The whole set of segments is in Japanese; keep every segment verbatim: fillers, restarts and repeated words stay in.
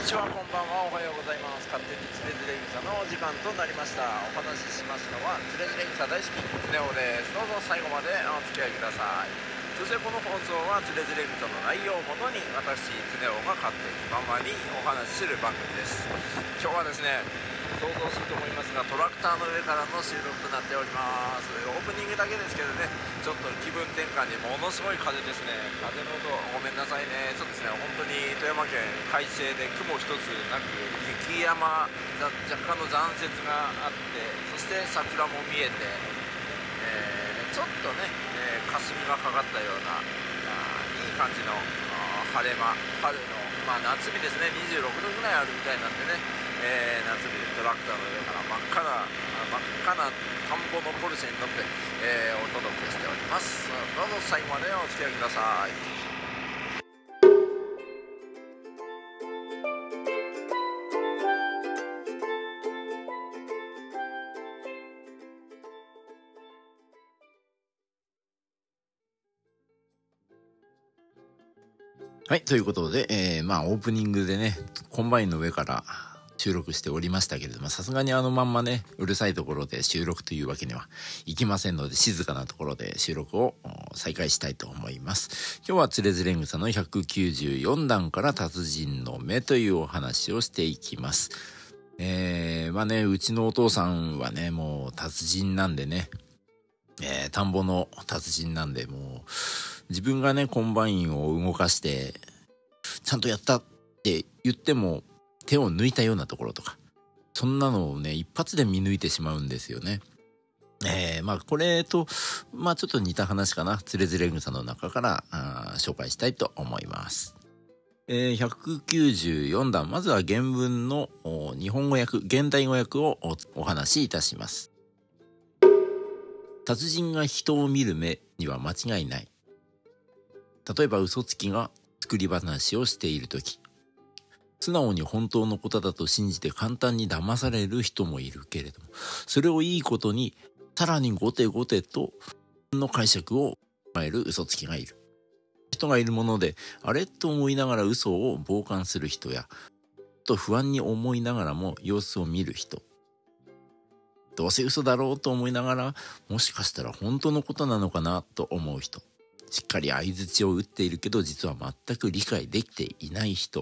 ちは、こんばんは、おはようございます。勝手につれづれ草のお時間となりました。お話ししますのはつれづれ草大好きつねおです。どうぞ最後までお付き合いください。そしてこの放送はつれづれ草の内容をもとに私つねおが勝手にままにお話しする番組です。今日はですね、想像すると思いますがトラクターの上からの収録となっております。オープニングだけですけどね、ちょっと気分転換にものすごい風ですね。風の音ごめんなさいね。ちょっとですね、本当に富山県快晴で雲一つなく雪山、若干の残雪があって、そして桜も見えて、えー、ちょっとね、えー、霞がかかったようなあいい感じの晴れ間、春の、まあ、夏日ですね。にじゅうろくどぐらいあるみたいなんでね、えー、夏日でトラクターの上から真っ赤な真っ赤な田んぼのポルシェに乗って、えー、お届けしております。どうぞ最後までお付き合いください。 はい、ということで、えー、まあオープニングでね、コンバインの上から収録しておりましたけれども、さすがにあのまんまね、うるさいところで収録というわけにはいきませんので、静かなところで収録を再開したいと思います。今日はつれづれ草のひゃくきゅうじゅうよんだんから達人の目というお話をしていきます。えー、まあね、うちのお父さんはね、もう達人なんでね、えー、田んぼの達人なんで、もう自分がねコンバインを動かしてちゃんとやったって言っても手を抜いたようなところとか、そんなのをね一発で見抜いてしまうんですよね。えー、まあこれとまあちょっと似た話かな。つれづれ草の中からあ紹介したいと思います。えー、ひゃくきゅうじゅうよんだん、まずは原文の日本語訳、現代語訳を お, お話しいたします。達人が人を見る目には間違いない。例えば嘘つきが作り話をしているとき、素直に本当のことだと信じて簡単に騙される人もいるけれども、それをいいことにさらに後手後手との解釈を変える嘘つきがいる。人がいるもので、あれと思いながら嘘を傍観する人や、と不安に思いながらも様子を見る人。どうせ嘘だろうと思いながら、もしかしたら本当のことなのかなと思う人。しっかり相槌を打っているけど実は全く理解できていない人。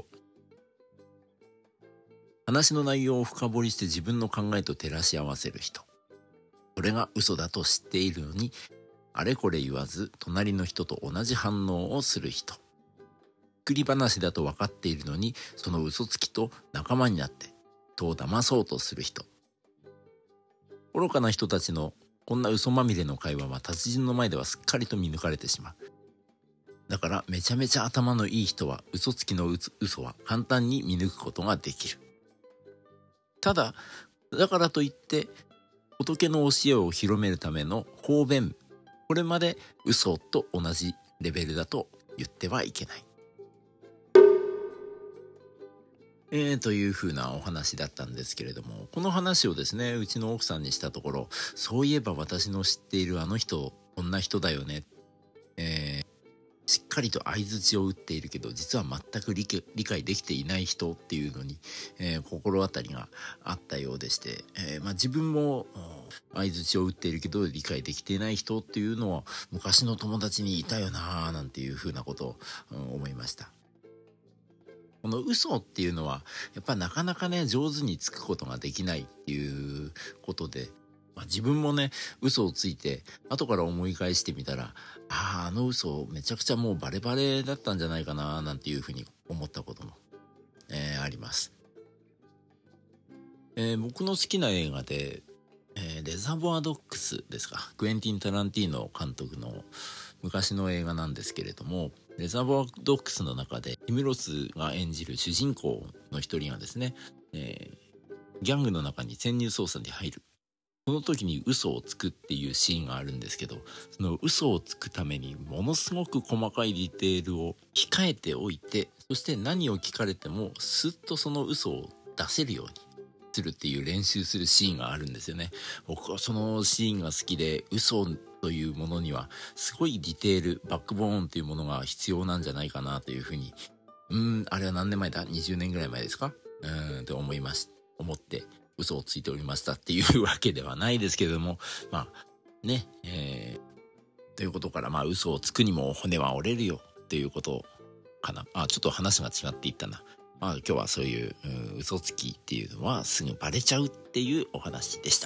話の内容を深掘りして自分の考えと照らし合わせる人。それが嘘だと知っているのにあれこれ言わず隣の人と同じ反応をする人。作り話だと分かっているのにその嘘つきと仲間になって人を騙そうとする人。愚かな人たちのこんな嘘まみれの会話は達人の前ではすっかりと見抜かれてしまう。だからめちゃめちゃ頭のいい人は嘘つきの嘘は簡単に見抜くことができる。ただ、だからといって仏の教えを広めるための方便、これまで嘘と同じレベルだと言ってはいけない。えー、という風なお話だったんですけれども、この話をですねうちの奥さんにしたところ、そういえば私の知っているあの人こんな人だよね、えー、しっかりと相槌を打っているけど実は全く 理, 理解できていない人っていうのに、えー、心当たりがあったようでして、えーまあ、自分も相槌を打っているけど理解できていない人っていうのは昔の友達にいたよなーなんていう風なことを、うん、思いました。この嘘っていうのはやっぱなかなかね上手につくことができないっていうことで、まあ、自分もね嘘をついて後から思い返してみたら、あああの嘘めちゃくちゃもうバレバレだったんじゃないかななんていうふうに思ったことも、えー、あります。えー、僕の好きな映画で、えー、レザボアドッグスですか、クエンティン・タランティーノ監督の昔の映画なんですけれども、レザボアドッグスの中でティム・ロスが演じる主人公の一人がですね、えー、ギャングの中に潜入捜査に入る。その時に嘘をつくっていうシーンがあるんですけど、その嘘をつくためにものすごく細かいディテールを控えておいて、そして何を聞かれてもスッとその嘘を出せるようにするっていう練習するシーンがあるんですよね。僕はそのシーンが好きで、嘘というものにはすごいディテール、バックボーンというものが必要なんじゃないかなというふうにうーん、あれは何年前だ ?にじゅう 年ぐらい前ですかうーん、と思いまし、思って嘘をついておりましたっていうわけではないですけれども、まあ、ね、えー、ということから、まあ、嘘をつくにも骨は折れるよっていうことかな。あ、ちょっと話が違っていったな。まあ、今日はそういう、う嘘つきっていうのはすぐバレちゃうっていうお話でした。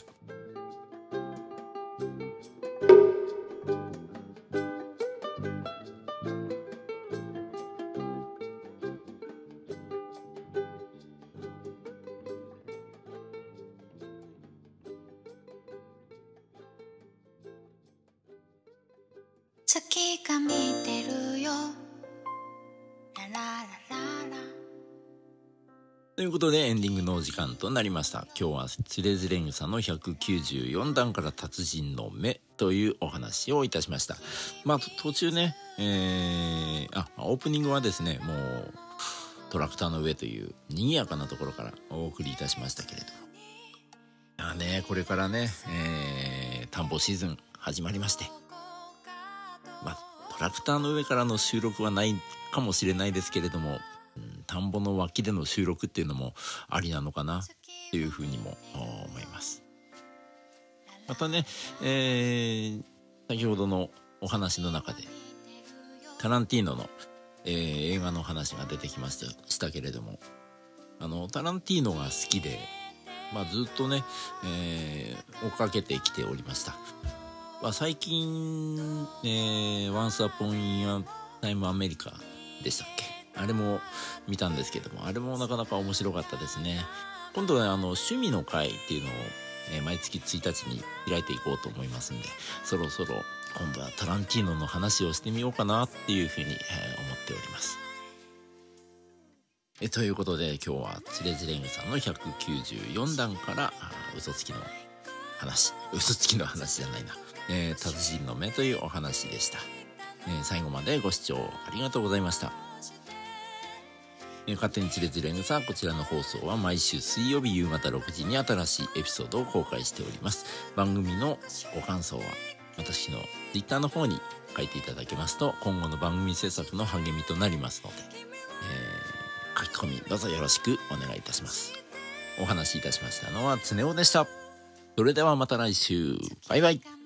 月が見てるよラララララ。 ということでエンディングのお時間となりました。今日はつれづれ草のひゃくきゅうじゅうよんだんから達人の目というお話をいたしました。まあ途中ね、えー、あオープニングはですね、もうトラクターの上という賑やかなところからお送りいたしましたけれども、あね、これからね、えー、田んぼシーズン始まりまして、まあトラクターの上からの収録はないかもしれないですけれども、田んぼの脇での収録っていうのもありなのかなっていうふうにも思います。またね、えー、先ほどのお話の中でタランティーノの、えー、映画の話が出てきました、したけれども、あのタランティーノが好きで、まあ、ずっとね、えー、追っかけてきておりました。まあ、最近、えー、Once Upon a Time America でしたっけ、あれも見たんですけども、あれもなかなか面白かったですね。今度はあの趣味の会っていうのを、えー、毎月ついたちに開いていこうと思いますんで、そろそろ今度はタランティーノの話をしてみようかなっていうふうに、えー、思っております。えということで今日はつれづれ草のひゃくきゅうじゅうよんだんから嘘つきの話、嘘つきの話じゃないな、えー、達人の目というお話でした。えー、最後までご視聴ありがとうございました。勝手につれづれ草、こちらの放送は毎週水曜日夕方ろくじに新しいエピソードを公開しております。番組のご感想は私の Twitter の方に書いていただけますと今後の番組制作の励みとなりますので、えー、書き込みどうぞよろしくお願いいたします。お話しいたしましたのはつねおでした。それではまた来週、バイバイ。